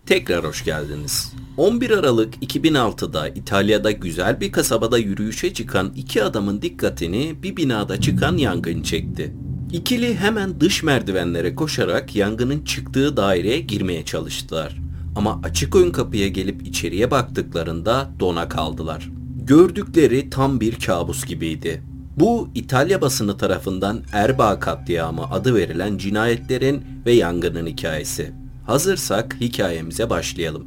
Tekrar hoş geldiniz. 11 Aralık 2006'da İtalya'da güzel bir kasabada yürüyüşe çıkan iki adamın dikkatini bir binada çıkan yangın çekti. İkili hemen dış merdivenlere koşarak yangının çıktığı daireye girmeye çalıştılar. Ama açık ön kapıya gelip içeriye baktıklarında dona kaldılar. Gördükleri tam bir kabus gibiydi. Bu İtalya basını tarafından Erbaa katliamı adı verilen cinayetlerin ve yangının hikayesi. Hazırsak hikayemize başlayalım.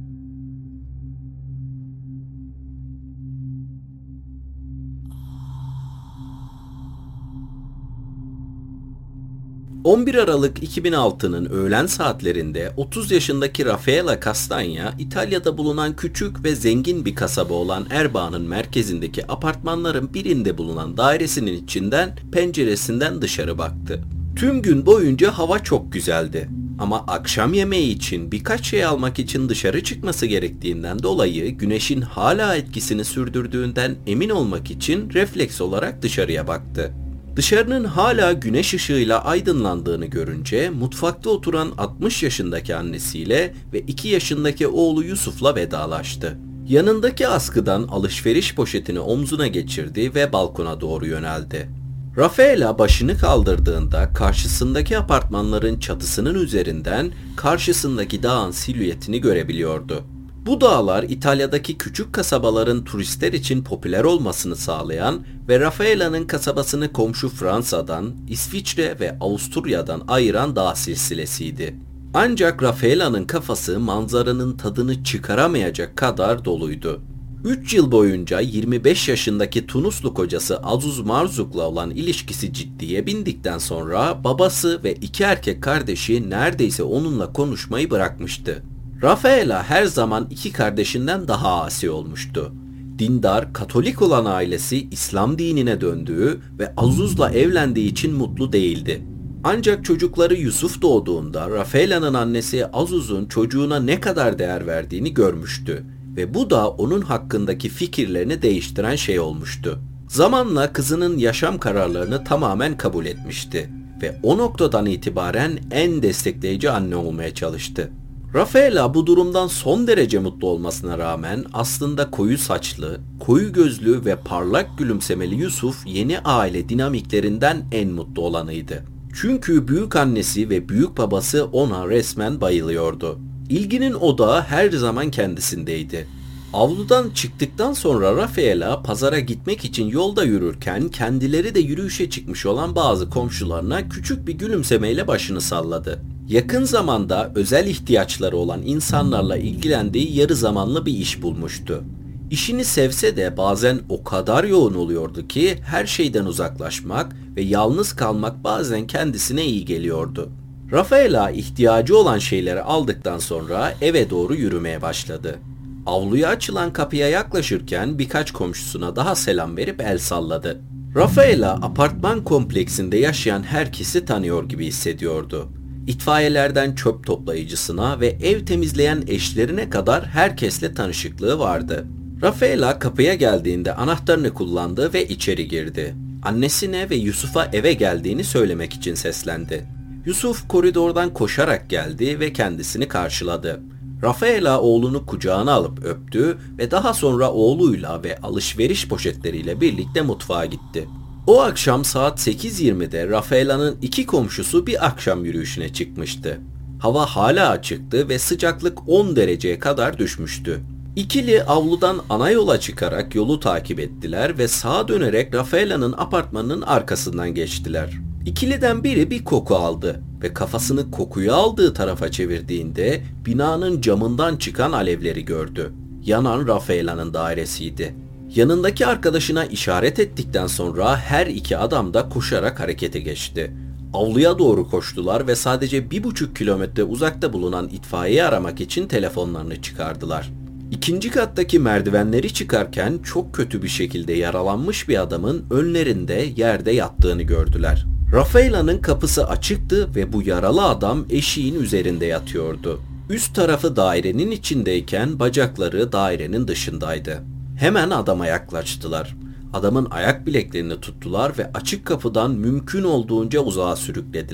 ...11 Aralık 2006'nın öğlen saatlerinde 30 yaşındaki Raffaella Castagna, İtalya'da bulunan küçük ve zengin bir kasaba olan Erbaa'nın merkezindeki apartmanların birinde bulunan dairesinin içinden penceresinden dışarı baktı. Tüm gün boyunca hava çok güzeldi. Ama akşam yemeği için birkaç şey almak için dışarı çıkması gerektiğinden dolayı güneşin hala etkisini sürdürdüğünden emin olmak için refleks olarak dışarıya baktı. Dışarının hala güneş ışığıyla aydınlandığını görünce mutfakta oturan 60 yaşındaki annesiyle ve 2 yaşındaki oğlu Yusuf'la vedalaştı. Yanındaki askıdan alışveriş poşetini omzuna geçirdi ve balkona doğru yöneldi. Raffaella başını kaldırdığında karşısındaki apartmanların çatısının üzerinden karşısındaki dağın silüetini görebiliyordu. Bu dağlar İtalya'daki küçük kasabaların turistler için popüler olmasını sağlayan ve Raffaella'nın kasabasını komşu Fransa'dan, İsviçre ve Avusturya'dan ayıran dağ silsilesiydi. Ancak Raffaella'nın kafası manzaranın tadını çıkaramayacak kadar doluydu. 3 yıl boyunca 25 yaşındaki Tunuslu kocası Azuz Marzuk'la olan ilişkisi ciddiye bindikten sonra babası ve 2 erkek kardeşi neredeyse onunla konuşmayı bırakmıştı. Raffaella her zaman 2 kardeşinden daha asi olmuştu. Dindar, Katolik olan ailesi İslam dinine döndüğü ve Azuz'la evlendiği için mutlu değildi. Ancak çocukları Yusuf doğduğunda Raffaella'nın annesi Azuz'un çocuğuna ne kadar değer verdiğini görmüştü. Ve bu da onun hakkındaki fikirlerini değiştiren şey olmuştu. Zamanla kızının yaşam kararlarını tamamen kabul etmişti ve o noktadan itibaren en destekleyici anne olmaya çalıştı. Raffaella bu durumdan son derece mutlu olmasına rağmen aslında koyu saçlı, koyu gözlü ve parlak gülümsemeli Yusuf yeni aile dinamiklerinden en mutlu olanıydı. Çünkü büyük annesi ve büyük babası ona resmen bayılıyordu. İlginin odağı her zaman kendisindeydi. Avludan çıktıktan sonra Raffaella pazara gitmek için yolda yürürken kendileri de yürüyüşe çıkmış olan bazı komşularına küçük bir gülümsemeyle başını salladı. Yakın zamanda özel ihtiyaçları olan insanlarla ilgilendiği yarı zamanlı bir iş bulmuştu. İşini sevse de bazen o kadar yoğun oluyordu ki her şeyden uzaklaşmak ve yalnız kalmak bazen kendisine iyi geliyordu. Raffaella ihtiyacı olan şeyleri aldıktan sonra eve doğru yürümeye başladı. Avluya açılan kapıya yaklaşırken birkaç komşusuna daha selam verip el salladı. Raffaella apartman kompleksinde yaşayan herkesi tanıyor gibi hissediyordu. İtfaiyelerden çöp toplayıcısına ve ev temizleyen eşlerine kadar herkesle tanışıklığı vardı. Raffaella kapıya geldiğinde anahtarını kullandı ve içeri girdi. Annesine ve Yusuf'a eve geldiğini söylemek için seslendi. Yusuf koridordan koşarak geldi ve kendisini karşıladı. Raffaella oğlunu kucağına alıp öptü ve daha sonra oğluyla ve alışveriş poşetleriyle birlikte mutfağa gitti. O akşam saat 8:20'de Raffaella'nın 2 komşusu bir akşam yürüyüşüne çıkmıştı. Hava hala açıktı ve sıcaklık 10 dereceye kadar düşmüştü. İkili avludan ana yola çıkarak yolu takip ettiler ve sağa dönerek Raffaella'nın apartmanının arkasından geçtiler. İkiliden biri bir koku aldı ve kafasını kokuyu aldığı tarafa çevirdiğinde binanın camından çıkan alevleri gördü. Yanan Raffaella'nın dairesiydi. Yanındaki arkadaşına işaret ettikten sonra her 2 adam da koşarak harekete geçti. Avluya doğru koştular ve sadece 1,5 kilometre uzakta bulunan itfaiyeyi aramak için telefonlarını çıkardılar. 2. kattaki merdivenleri çıkarken çok kötü bir şekilde yaralanmış bir adamın önlerinde yerde yattığını gördüler. Raffaella'nın kapısı açıktı ve bu yaralı adam eşiğin üzerinde yatıyordu. Üst tarafı dairenin içindeyken bacakları dairenin dışındaydı. Hemen adama yaklaştılar. Adamın ayak bileklerini tuttular ve açık kapıdan mümkün olduğunca uzağa sürüklediler.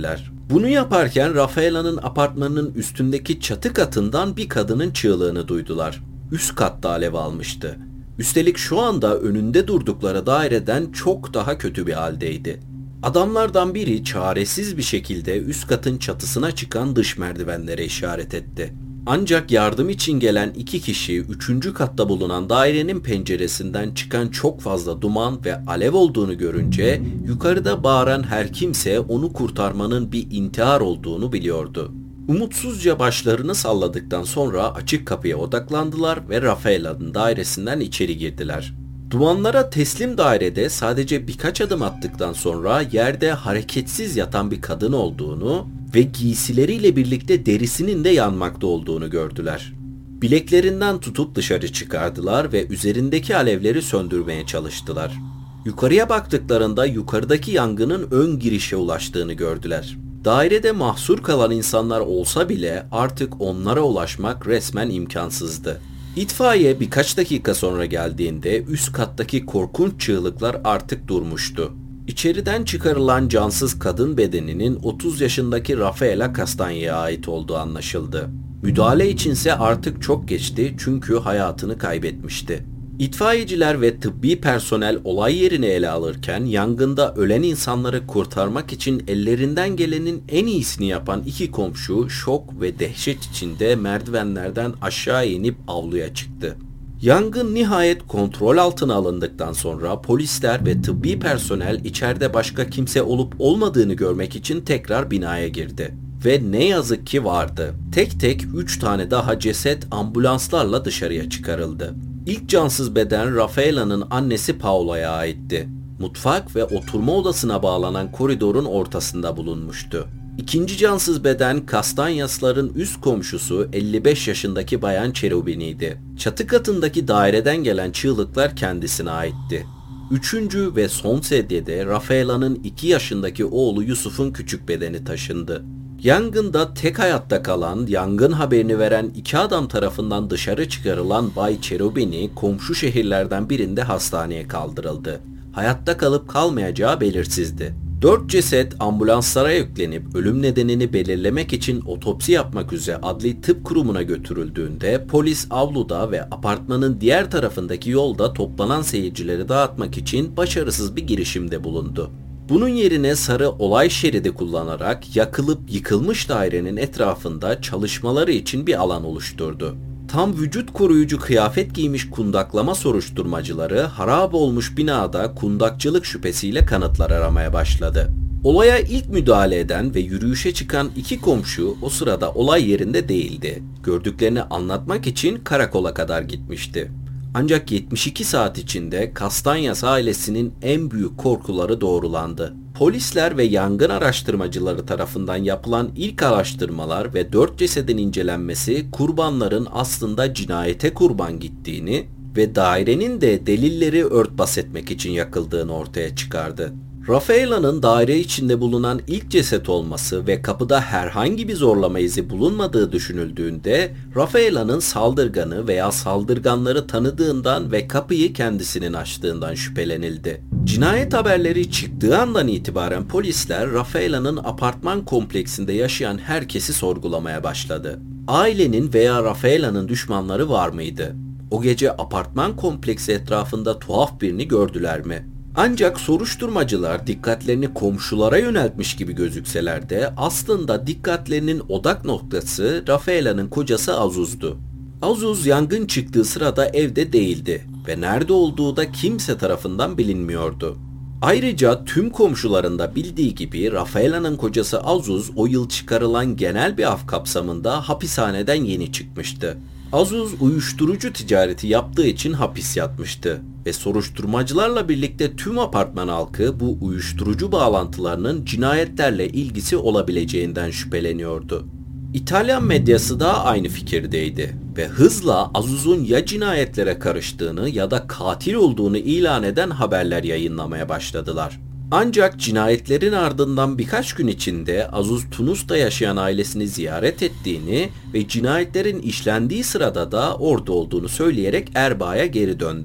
Bunu yaparken Rafaela'nın apartmanının üstündeki çatı katından bir kadının çığlığını duydular. Üst katta alev almıştı. Üstelik şu anda önünde durdukları daireden çok daha kötü bir haldeydi. Adamlardan biri çaresiz bir şekilde üst katın çatısına çıkan dış merdivenlere işaret etti. Ancak yardım için gelen iki kişi 3. katta bulunan dairenin penceresinden çıkan çok fazla duman ve alev olduğunu görünce yukarıda bağıran her kimse onu kurtarmanın bir intihar olduğunu biliyordu. Umutsuzca başlarını salladıktan sonra açık kapıya odaklandılar ve Rafaela'nın dairesinden içeri girdiler. Dumanlara teslim dairede sadece birkaç adım attıktan sonra yerde hareketsiz yatan bir kadın olduğunu ve giysileriyle birlikte derisinin de yanmakta olduğunu gördüler. Bileklerinden tutup dışarı çıkardılar ve üzerindeki alevleri söndürmeye çalıştılar. Yukarıya baktıklarında yukarıdaki yangının ön girişe ulaştığını gördüler. Dairede mahsur kalan insanlar olsa bile artık onlara ulaşmak resmen imkansızdı. İtfaiye birkaç dakika sonra geldiğinde üst kattaki korkunç çığlıklar artık durmuştu. İçeriden çıkarılan cansız kadın bedeninin 30 yaşındaki Rafaela Castagne'ye ait olduğu anlaşıldı. Müdahale içinse artık çok geçti çünkü hayatını kaybetmişti. İtfaiyeciler ve tıbbi personel olay yerini ele alırken yangında ölen insanları kurtarmak için ellerinden gelenin en iyisini yapan iki komşu şok ve dehşet içinde merdivenlerden aşağı inip avluya çıktı. Yangın nihayet kontrol altına alındıktan sonra polisler ve tıbbi personel içeride başka kimse olup olmadığını görmek için tekrar binaya girdi. Ve ne yazık ki vardı. Tek tek 3 tane daha ceset ambulanslarla dışarıya çıkarıldı. İlk cansız beden Rafaela'nın annesi Paula'ya aitti. Mutfak ve oturma odasına bağlanan koridorun ortasında bulunmuştu. İkinci cansız beden Castagnes'ların üst komşusu 55 yaşındaki Bayan Cherubini'ydi. Çatı katındaki daireden gelen çığlıklar kendisine aitti. Üçüncü ve son sedyede Rafaela'nın 2 yaşındaki oğlu Yusuf'un küçük bedeni taşındı. Yangında tek hayatta kalan, yangın haberini veren 2 adam tarafından dışarı çıkarılan Bay Cherubini komşu şehirlerden birinde hastaneye kaldırıldı. Hayatta kalıp kalmayacağı belirsizdi. 4 ceset ambulanslara yüklenip ölüm nedenini belirlemek için otopsi yapmak üzere adli tıp kurumuna götürüldüğünde polis avluda ve apartmanın diğer tarafındaki yolda toplanan seyircileri dağıtmak için başarısız bir girişimde bulundu. Bunun yerine sarı olay şeridi kullanarak yakılıp yıkılmış dairenin etrafında çalışmaları için bir alan oluşturdu. Tam vücut koruyucu kıyafet giymiş kundaklama soruşturmacıları harap olmuş binada kundakçılık şüphesiyle kanıtlar aramaya başladı. Olaya ilk müdahale eden ve yürüyüşe çıkan 2 komşu o sırada olay yerinde değildi. Gördüklerini anlatmak için karakola kadar gitmişti. Ancak 72 saat içinde Castagnes ailesinin en büyük korkuları doğrulandı. Polisler ve yangın araştırmacıları tarafından yapılan ilk araştırmalar ve 4 cesedin incelenmesi kurbanların aslında cinayete kurban gittiğini ve dairenin de delilleri örtbas etmek için yakıldığını ortaya çıkardı. Rafaela'nın daire içinde bulunan ilk ceset olması ve kapıda herhangi bir zorlama izi bulunmadığı düşünüldüğünde Rafaela'nın saldırganı veya saldırganları tanıdığından ve kapıyı kendisinin açtığından şüphelenildi. Cinayet haberleri çıktığı andan itibaren polisler Rafaela'nın apartman kompleksinde yaşayan herkesi sorgulamaya başladı. Ailenin veya Rafaela'nın düşmanları var mıydı? O gece apartman kompleksi etrafında tuhaf birini gördüler mi? Ancak soruşturmacılar dikkatlerini komşulara yöneltmiş gibi gözükseler de aslında dikkatlerinin odak noktası Rafaela'nın kocası Azuz'du. Azuz yangın çıktığı sırada evde değildi ve nerede olduğu da kimse tarafından bilinmiyordu. Ayrıca tüm komşularında bildiği gibi Rafaela'nın kocası Azuz o yıl çıkarılan genel bir af kapsamında hapishaneden yeni çıkmıştı. Azuz uyuşturucu ticareti yaptığı için hapis yatmıştı ve soruşturmacılarla birlikte tüm apartman halkı bu uyuşturucu bağlantılarının cinayetlerle ilgisi olabileceğinden şüpheleniyordu. İtalyan medyası da aynı fikirdeydi ve hızla Azuz'un ya cinayetlere karıştığını ya da katil olduğunu ilan eden haberler yayınlamaya başladılar. Ancak cinayetlerin ardından birkaç gün içinde Azuz Tunus'ta yaşayan ailesini ziyaret ettiğini ve cinayetlerin işlendiği sırada da orada olduğunu söyleyerek Erbaa'ya geri döndü.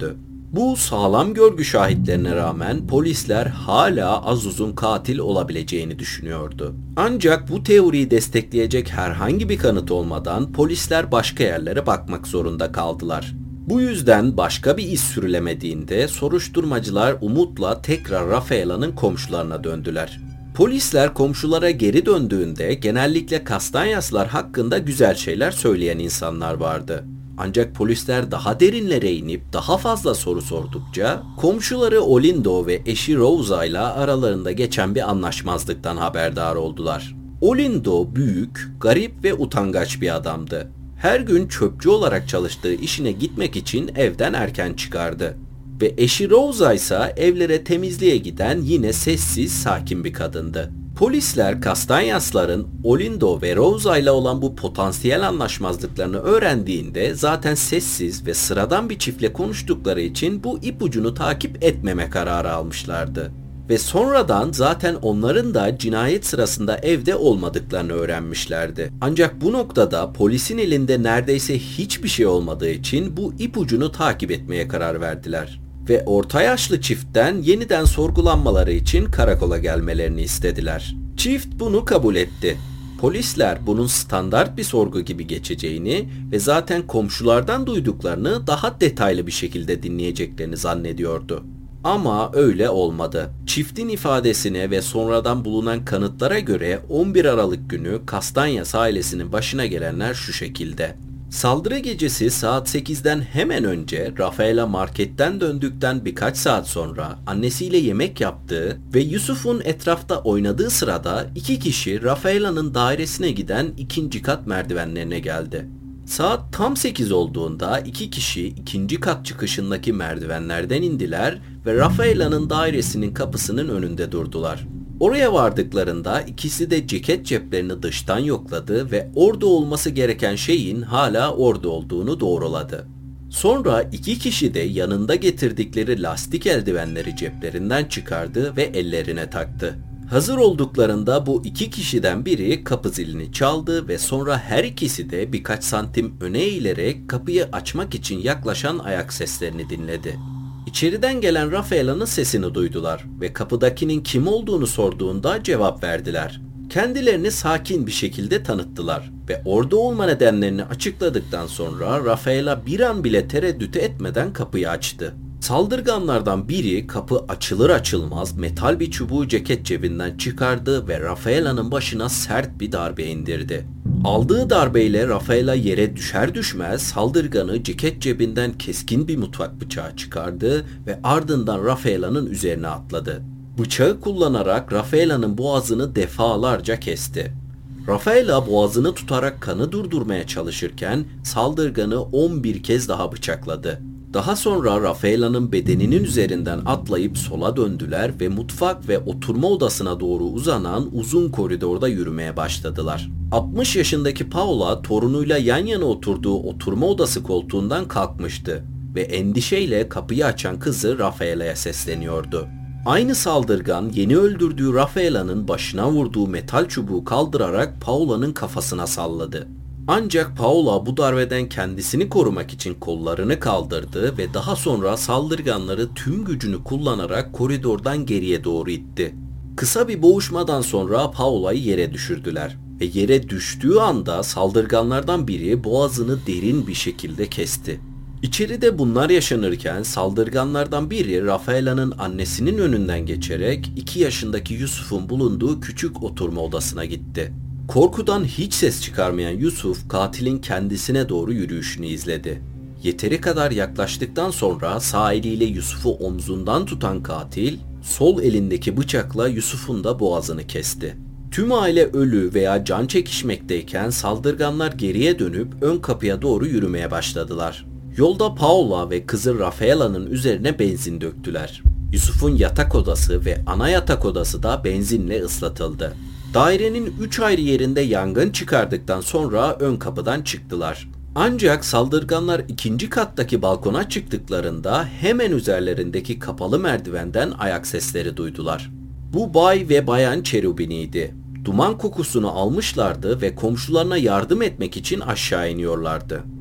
Bu sağlam görgü şahitlerine rağmen polisler hala Azuz'un katil olabileceğini düşünüyordu. Ancak bu teoriyi destekleyecek herhangi bir kanıt olmadan polisler başka yerlere bakmak zorunda kaldılar. Bu yüzden başka bir iz sürülemediğinde soruşturmacılar umutla tekrar Rafaela'nın komşularına döndüler. Polisler komşulara geri döndüğünde genellikle Kastanyaslar hakkında güzel şeyler söyleyen insanlar vardı. Ancak polisler daha derinlere inip daha fazla soru sordukça komşuları Olindo ve eşi Rosa ile aralarında geçen bir anlaşmazlıktan haberdar oldular. Olindo büyük, garip ve utangaç bir adamdı. Her gün çöpçü olarak çalıştığı işine gitmek için evden erken çıkardı. Ve eşi Rosa ise evlere temizliğe giden yine sessiz, sakin bir kadındı. Polisler Kastanyasların Olindo ve Rosa ile olan bu potansiyel anlaşmazlıklarını öğrendiğinde zaten sessiz ve sıradan bir çiftle konuştukları için bu ipucunu takip etmeme kararı almışlardı. Ve sonradan zaten onların da cinayet sırasında evde olmadıklarını öğrenmişlerdi. Ancak bu noktada polisin elinde neredeyse hiçbir şey olmadığı için bu ipucunu takip etmeye karar verdiler. Ve orta yaşlı çiftten yeniden sorgulanmaları için karakola gelmelerini istediler. Çift bunu kabul etti. Polisler bunun standart bir sorgu gibi geçeceğini ve zaten komşulardan duyduklarını daha detaylı bir şekilde dinleyeceklerini zannediyordu. Ama öyle olmadı. Çiftin ifadesine ve sonradan bulunan kanıtlara göre 11 Aralık günü Kastanyas ailesinin başına gelenler şu şekilde. Saldırı gecesi saat 8'den hemen önce Rafaela marketten döndükten birkaç saat sonra annesiyle yemek yaptığı ve Yusuf'un etrafta oynadığı sırada iki kişi Rafaela'nın dairesine giden ikinci kat merdivenlerine geldi. Saat tam 8 olduğunda iki kişi ikinci kat çıkışındaki merdivenlerden indiler ve Rafaela'nın dairesinin kapısının önünde durdular. Oraya vardıklarında ikisi de ceket ceplerini dıştan yokladı ve orada olması gereken şeyin hala orada olduğunu doğruladı. Sonra iki kişi de yanında getirdikleri lastik eldivenleri ceplerinden çıkardı ve ellerine taktı. Hazır olduklarında bu iki kişiden biri kapı zilini çaldı ve sonra her ikisi de birkaç santim öne eğilerek kapıyı açmak için yaklaşan ayak seslerini dinledi. İçeriden gelen Rafaela'nın sesini duydular ve kapıdakinin kim olduğunu sorduğunda cevap verdiler. Kendilerini sakin bir şekilde tanıttılar ve orada olma nedenlerini açıkladıktan sonra Rafaela bir an bile tereddüt etmeden kapıyı açtı. Saldırganlardan biri kapı açılır açılmaz metal bir çubuğu ceket cebinden çıkardı ve Rafaela'nın başına sert bir darbe indirdi. Aldığı darbeyle Rafaela yere düşer düşmez saldırganı ceket cebinden keskin bir mutfak bıçağı çıkardı ve ardından Rafaela'nın üzerine atladı. Bıçağı kullanarak Rafaela'nın boğazını defalarca kesti. Rafaela boğazını tutarak kanı durdurmaya çalışırken saldırganı 11 kez daha bıçakladı. Daha sonra Rafaela'nın bedeninin üzerinden atlayıp sola döndüler ve mutfak ve oturma odasına doğru uzanan uzun koridorda yürümeye başladılar. 60 yaşındaki Paula torunuyla yan yana oturduğu oturma odası koltuğundan kalkmıştı ve endişeyle kapıyı açan kızı Rafaela'ya sesleniyordu. Aynı saldırgan yeni öldürdüğü Rafaela'nın başına vurduğu metal çubuğu kaldırarak Paula'nın kafasına salladı. Ancak Paula bu darbeden kendisini korumak için kollarını kaldırdı ve daha sonra saldırganları tüm gücünü kullanarak koridordan geriye doğru itti. Kısa bir boğuşmadan sonra Paula'yı yere düşürdüler ve yere düştüğü anda saldırganlardan biri boğazını derin bir şekilde kesti. İçeride bunlar yaşanırken saldırganlardan biri Rafaela'nın annesinin önünden geçerek 2 yaşındaki Yusuf'un bulunduğu küçük oturma odasına gitti. Korkudan hiç ses çıkarmayan Yusuf katilin kendisine doğru yürüyüşünü izledi. Yeteri kadar yaklaştıktan sonra sağ eliyle Yusuf'u omzundan tutan katil sol elindeki bıçakla Yusuf'un da boğazını kesti. Tüm aile ölü veya can çekişmekteyken saldırganlar geriye dönüp ön kapıya doğru yürümeye başladılar. Yolda Paula ve kızı Rafaela'nın üzerine benzin döktüler. Yusuf'un yatak odası ve ana yatak odası da benzinle ıslatıldı. Dairenin 3 ayrı yerinde yangın çıkardıktan sonra ön kapıdan çıktılar. Ancak saldırganlar ikinci kattaki balkona çıktıklarında hemen üzerlerindeki kapalı merdivenden ayak sesleri duydular. Bu Bay ve Bayan Cherubini'ydi. Duman kokusunu almışlardı ve komşularına yardım etmek için aşağı iniyorlardı.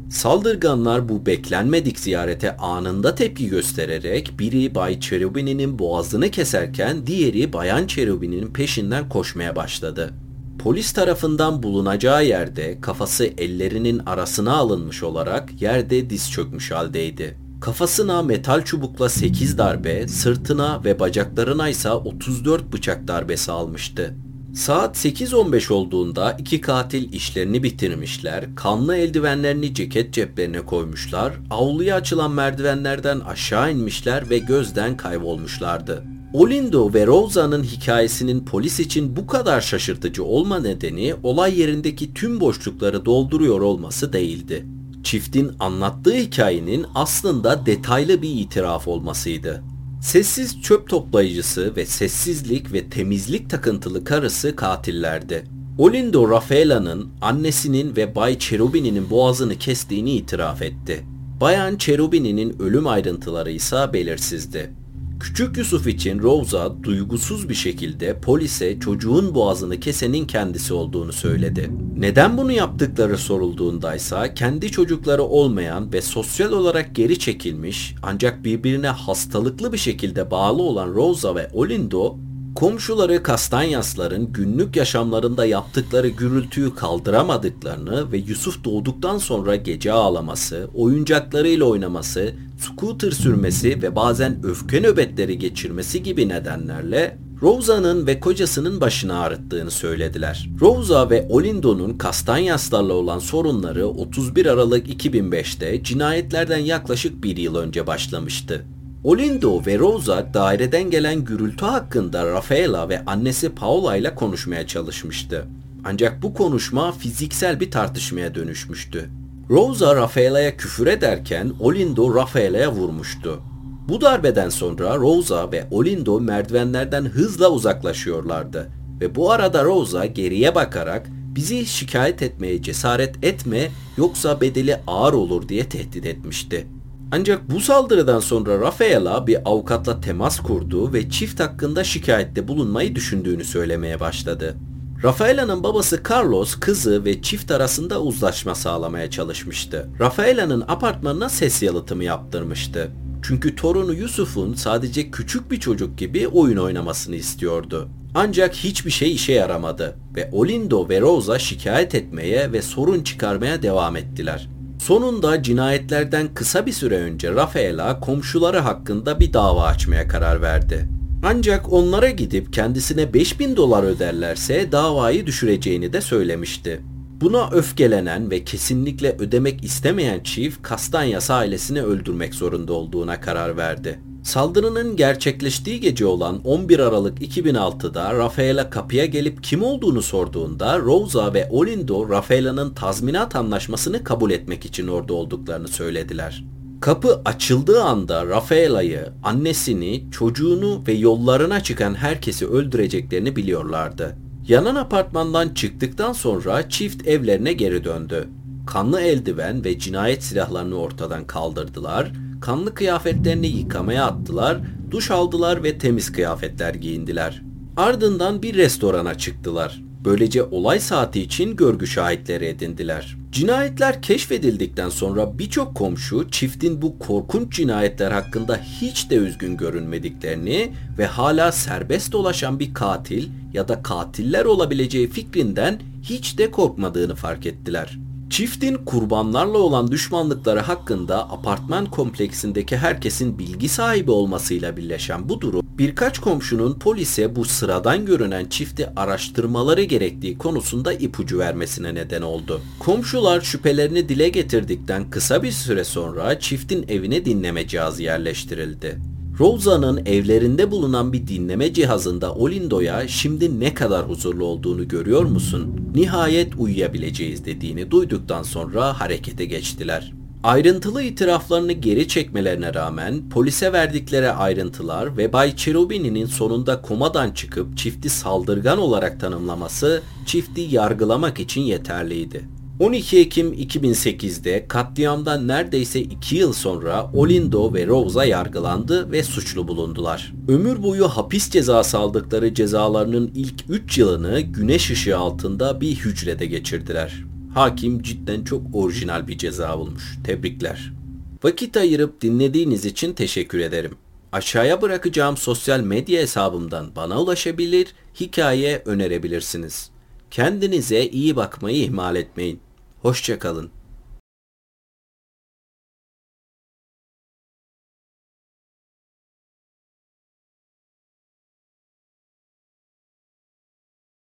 Saldırganlar bu beklenmedik ziyarete anında tepki göstererek biri Bay Cherubini'nin boğazını keserken diğeri Bayan Cherubini'nin peşinden koşmaya başladı. Polis tarafından bulunacağı yerde kafası ellerinin arasına alınmış olarak yerde diz çökmüş haldeydi. Kafasına metal çubukla 8 darbe, sırtına ve bacaklarına ise 34 bıçak darbesi almıştı. Saat 8:15 olduğunda iki katil işlerini bitirmişler, kanlı eldivenlerini ceket ceplerine koymuşlar, avluya açılan merdivenlerden aşağı inmişler ve gözden kaybolmuşlardı. Olindo ve Rosa'nın hikayesinin polis için bu kadar şaşırtıcı olma nedeni olay yerindeki tüm boşlukları dolduruyor olması değildi. Çiftin anlattığı hikayenin aslında detaylı bir itiraf olmasıydı. Sessiz çöp toplayıcısı ve sessizlik ve temizlik takıntılı karısı katillerdi. Olindo Rafaela'nın annesinin ve Bay Cherubini'nin boğazını kestiğini itiraf etti. Bayan Cherubini'nin ölüm ayrıntıları ise belirsizdi. Küçük Yusuf için Rosa duygusuz bir şekilde polise çocuğun boğazını kesenin kendisi olduğunu söyledi. Neden bunu yaptıkları sorulduğundaysa kendi çocukları olmayan ve sosyal olarak geri çekilmiş ancak birbirine hastalıklı bir şekilde bağlı olan Rosa ve Olindo, komşuları Kastanyasların günlük yaşamlarında yaptıkları gürültüyü kaldıramadıklarını ve Yusuf doğduktan sonra gece ağlaması, oyuncaklarıyla oynaması, scooter sürmesi ve bazen öfke nöbetleri geçirmesi gibi nedenlerle Rosa'nın ve kocasının başını ağrıttığını söylediler. Rosa ve Olindo'nun Kastanyaslarla olan sorunları 31 Aralık 2005'te cinayetlerden yaklaşık bir yıl önce başlamıştı. Olindo ve Rosa daireden gelen gürültü hakkında Rafaela ve annesi Paola ile konuşmaya çalışmıştı. Ancak bu konuşma fiziksel bir tartışmaya dönüşmüştü. Rosa Rafaela'ya küfür ederken Olindo Rafaela'ya vurmuştu. Bu darbeden sonra Rosa ve Olindo merdivenlerden hızla uzaklaşıyorlardı ve bu arada Rosa geriye bakarak bizi şikayet etmeye cesaret etme yoksa bedeli ağır olur diye tehdit etmişti. Ancak bu saldırıdan sonra Rafaela bir avukatla temas kurdu ve çift hakkında şikayette bulunmayı düşündüğünü söylemeye başladı. Rafaela'nın babası Carlos kızı ve çift arasında uzlaşma sağlamaya çalışmıştı. Rafaela'nın apartmanına ses yalıtımı yaptırmıştı. Çünkü torunu Yusuf'un sadece küçük bir çocuk gibi oyun oynamasını istiyordu. Ancak hiçbir şey işe yaramadı ve Olindo ve Rosa şikayet etmeye ve sorun çıkarmaya devam ettiler. Sonunda cinayetlerden kısa bir süre önce Rafaela komşuları hakkında bir dava açmaya karar verdi. Ancak onlara gidip kendisine $5.000 öderlerse davayı düşüreceğini de söylemişti. Buna öfkelenen ve kesinlikle ödemek istemeyen çift Kastanyas ailesini öldürmek zorunda olduğuna karar verdi. Saldırının gerçekleştiği gece olan 11 Aralık 2006'da Rafaela kapıya gelip kim olduğunu sorduğunda Rosa ve Olindo Rafaela'nın tazminat anlaşmasını kabul etmek için orada olduklarını söylediler. Kapı açıldığı anda Rafaela'yı, annesini, çocuğunu ve yollarına çıkan herkesi öldüreceklerini biliyorlardı. Yanan apartmandan çıktıktan sonra çift evlerine geri döndü. Kanlı eldiven ve cinayet silahlarını ortadan kaldırdılar, kanlı kıyafetlerini yıkamaya attılar, duş aldılar ve temiz kıyafetler giyindiler. Ardından bir restorana çıktılar. Böylece olay saati için görgü şahitleri edindiler. Cinayetler keşfedildikten sonra birçok komşu çiftin bu korkunç cinayetler hakkında hiç de üzgün görünmediklerini ve hala serbest dolaşan bir katil ya da katiller olabileceği fikrinden hiç de korkmadığını fark ettiler. Çiftin kurbanlarla olan düşmanlıkları hakkında apartman kompleksindeki herkesin bilgi sahibi olmasıyla birleşen bu durum, birkaç komşunun polise bu sıradan görünen çifti araştırmaları gerektiği konusunda ipucu vermesine neden oldu. Komşular şüphelerini dile getirdikten kısa bir süre sonra çiftin evine dinleme cihazı yerleştirildi. Rosa'nın evlerinde bulunan bir dinleme cihazında Olindo'ya "Şimdi ne kadar huzurlu olduğunu görüyor musun? Nihayet uyuyabileceğiz" dediğini duyduktan sonra harekete geçtiler. Ayrıntılı itiraflarını geri çekmelerine rağmen polise verdikleri ayrıntılar ve Bay Cherubini'nin sonunda komadan çıkıp çifti saldırgan olarak tanımlaması çifti yargılamak için yeterliydi. 12 Ekim 2008'de katliamdan neredeyse 2 yıl sonra Olindo ve Rosa yargılandı ve suçlu bulundular. Ömür boyu hapis cezası aldıkları cezalarının ilk 3 yılını güneş ışığı altında bir hücrede geçirdiler. Hakim cidden çok orijinal bir ceza bulmuş. Tebrikler. Vakit ayırıp dinlediğiniz için teşekkür ederim. Aşağıya bırakacağım sosyal medya hesabımdan bana ulaşabilir, hikaye önerebilirsiniz. Kendinize iyi bakmayı ihmal etmeyin. Hoşça kalın.